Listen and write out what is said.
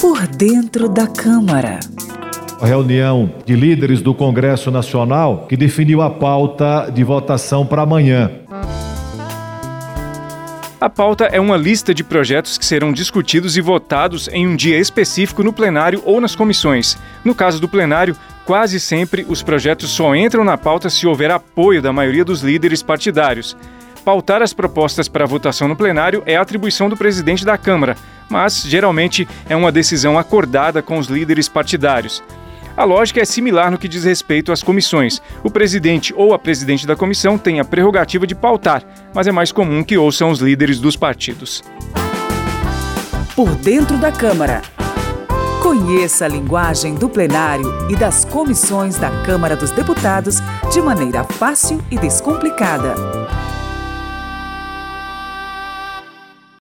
Por dentro da Câmara. A reunião de líderes do Congresso Nacional que definiu a pauta de votação para amanhã. A pauta é uma lista de projetos que serão discutidos e votados em um dia específico no plenário ou nas comissões. No caso do plenário, quase sempre os projetos só entram na pauta se houver apoio da maioria dos líderes partidários. Pautar as propostas para votação no plenário é atribuição do presidente da Câmara, mas geralmente é uma decisão acordada com os líderes partidários. A lógica é similar no que diz respeito às comissões. O presidente ou a presidente da comissão tem a prerrogativa de pautar, mas é mais comum que ouçam os líderes dos partidos. Por dentro da Câmara. Conheça a linguagem do plenário e das comissões da Câmara dos Deputados de maneira fácil e descomplicada.